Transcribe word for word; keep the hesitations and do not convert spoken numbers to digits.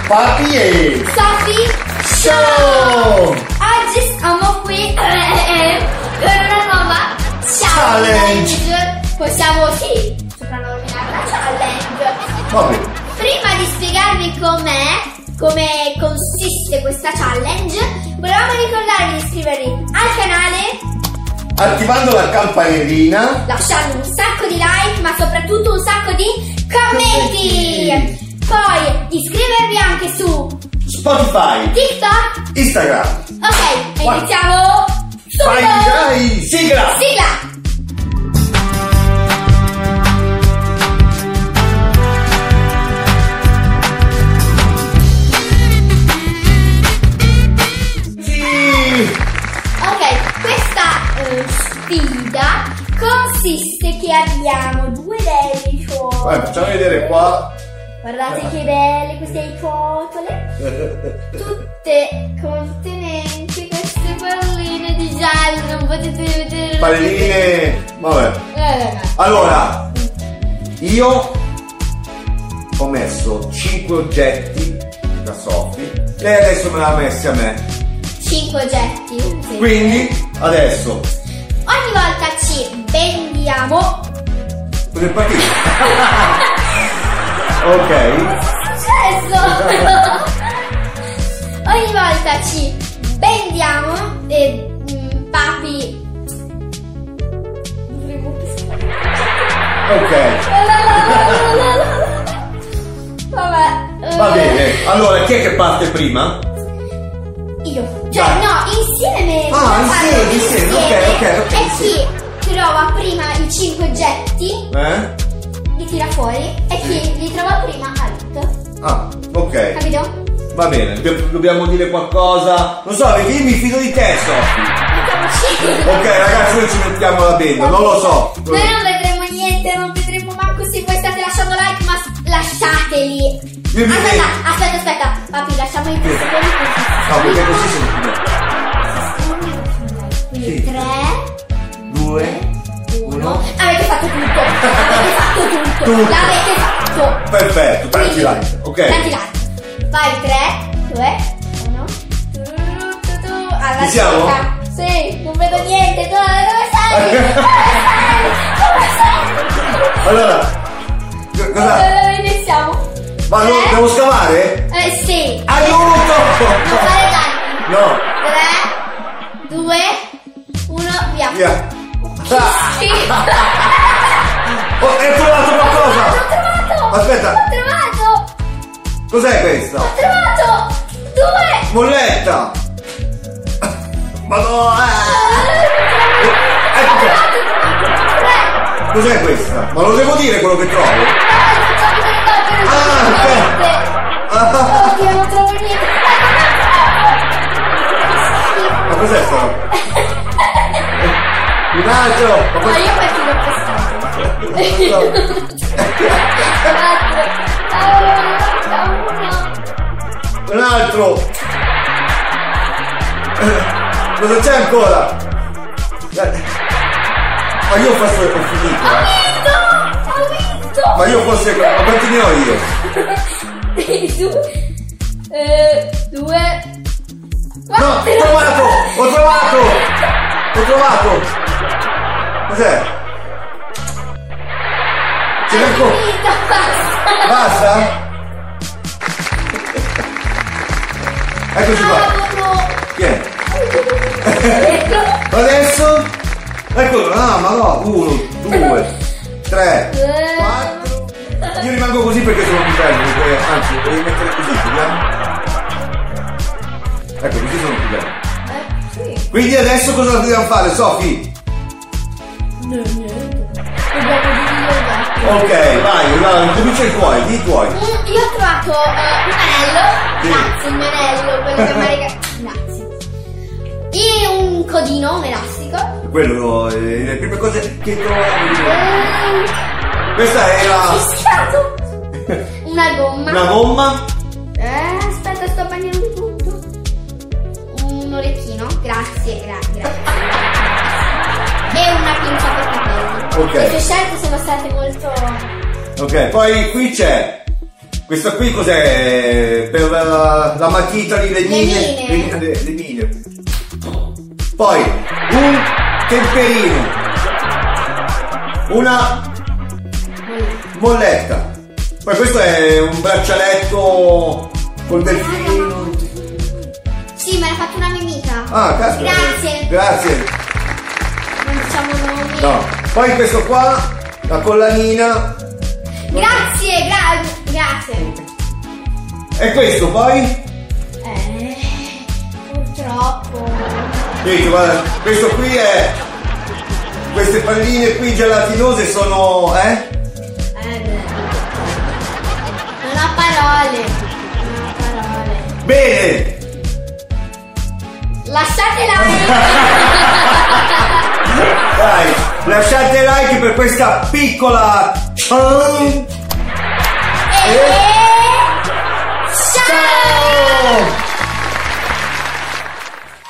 Papi e Sophie Show! Oggi siamo qui per una nuova challenge. challenge. Possiamo sì soprannominare la challenge. Vabbè. Prima di spiegarvi com'è, come consiste questa challenge, volevamo ricordarvi di iscrivervi al canale, attivando la campanellina, lasciando un sacco di like, ma soprattutto un sacco di commenti. commenti. Poi iscrivervi anche su Spotify, TikTok, Instagram. Ok, One. iniziamo subito. Vai, dai, sigla. Sigla. Sfida consiste che abbiamo due belli ciotole. Vai, facciamo vedere qua. Guardate che belle queste ciotole. Tutte contenenti queste palline di giallo. Non potete vedere. Palline. Vabbè. Eh, allora, io ho messo cinque oggetti da Sophie. Lei adesso me l'ha messi a me. cinque oggetti. Sì. Quindi adesso ogni volta ci vendiamo. Cosa è partito? Ok. Cosa è successo? Ogni volta ci vendiamo e mh, papi dovremmo pescare. Ok. Vabbè. Va bene. Allora, chi è che parte prima? Io. Cioè, Vai. no, insieme. Ah, insieme, insieme, ok, ok, ok. E chi trova prima i cinque oggetti eh? li tira fuori e chi li trova prima ha vinto. Ah, ok. Capito? Va bene, dobbiamo dire qualcosa. Non so, perché io mi fido di te, Sophie. Ok, ragazzi, noi ci mettiamo la benda, non lo so. Noi non vedremo niente, non vedremo manco se voi state lasciando like, ma lasciateli. Aspetta, aspetta, aspetta, papi, lasciamo i tre secondi così. No, perché così sono più belli. Quindi tre, due, uno. Avete fatto tutto, avete fatto tutto, tutto. L'avete fatto. Perfetto, tanti like, ok. Tanti like. Vai, tre, due, uno. Alla Ci siamo? cieca. Sì, non vedo niente, dove, dove sei? Dove sei? Allora, cosa? Dove iniziamo? Ma no, devo scavare? Eh sì. Aiuto! Non fare danni. No. tre, due, uno, via. Via. Sì. Oh, hai trovato qualcosa? Ho trovato! Aspetta. Ho trovato! Cos'è questa? Ho trovato! Due! Molletta! Madonna! Ho Ecco. trovato tre! Cos'è questa? Ma lo devo dire quello che trovo? Ah, ok. Oddio, non trovo niente. Ma cos'è stato? Un altro! Ma No, io perché l'ho pescato. Un altro! Cosa c'è ancora? Ma io forse ho finito. Ho vinto! Ho vinto! Ma io forse. Ma quanti ne ho io? Due. Eh, due. No, ho trovato! Ho trovato! Ho trovato! Cos'è? Ce n'è ancora? Finita, basta! Basta? Eccoci qua. Chi è? Adesso? Eccolo, ah, ma no, uno, due, tre, quattro. Io rimango così perché sono più bello, perché, anzi, devi mettere così, vediamo. Ecco, così sono più bello. Eh, sì. Quindi adesso cosa dobbiamo fare, Sophie? No, niente. Dobbiamo dividere. Ok, vai, vai, comincia i tuoi, di i tuoi. Mm, io ho trovato uh, un anello. Sì. Grazie, il mio anello, quello che mi ha regalato. Grazie. E un codino, un elastico. Quello, eh, le prime cose che trovo. Eh, Questa è la. fischiato. Una gomma. Una gomma. Eh, aspetta, sto bagnando di tutto. Un orecchino. Grazie, grazie, grazie. E una pinza per capelli. Ok. Le tue scelte sono state molto. Ok, poi qui c'è Questa qui cos'è? Per la, la matita lì, le mine. mine. Le, le, le mine. Poi un temperino. Una molletta. Poi questo è un braccialetto col delfino. Sì, me l'ha fatto una mia amica. Ah, caspita. Grazie. Grazie. Non diciamo nomi. No. Poi questo qua, la collanina. Grazie, gra grazie. E questo poi? Eh, purtroppo. Vedete, guarda, questo qui è. Queste palline qui gelatinose sono. eh? Eh beh. Non ho parole. Non ho parole. Bene! Lasciate like. Dai, lasciate like per questa piccola challenge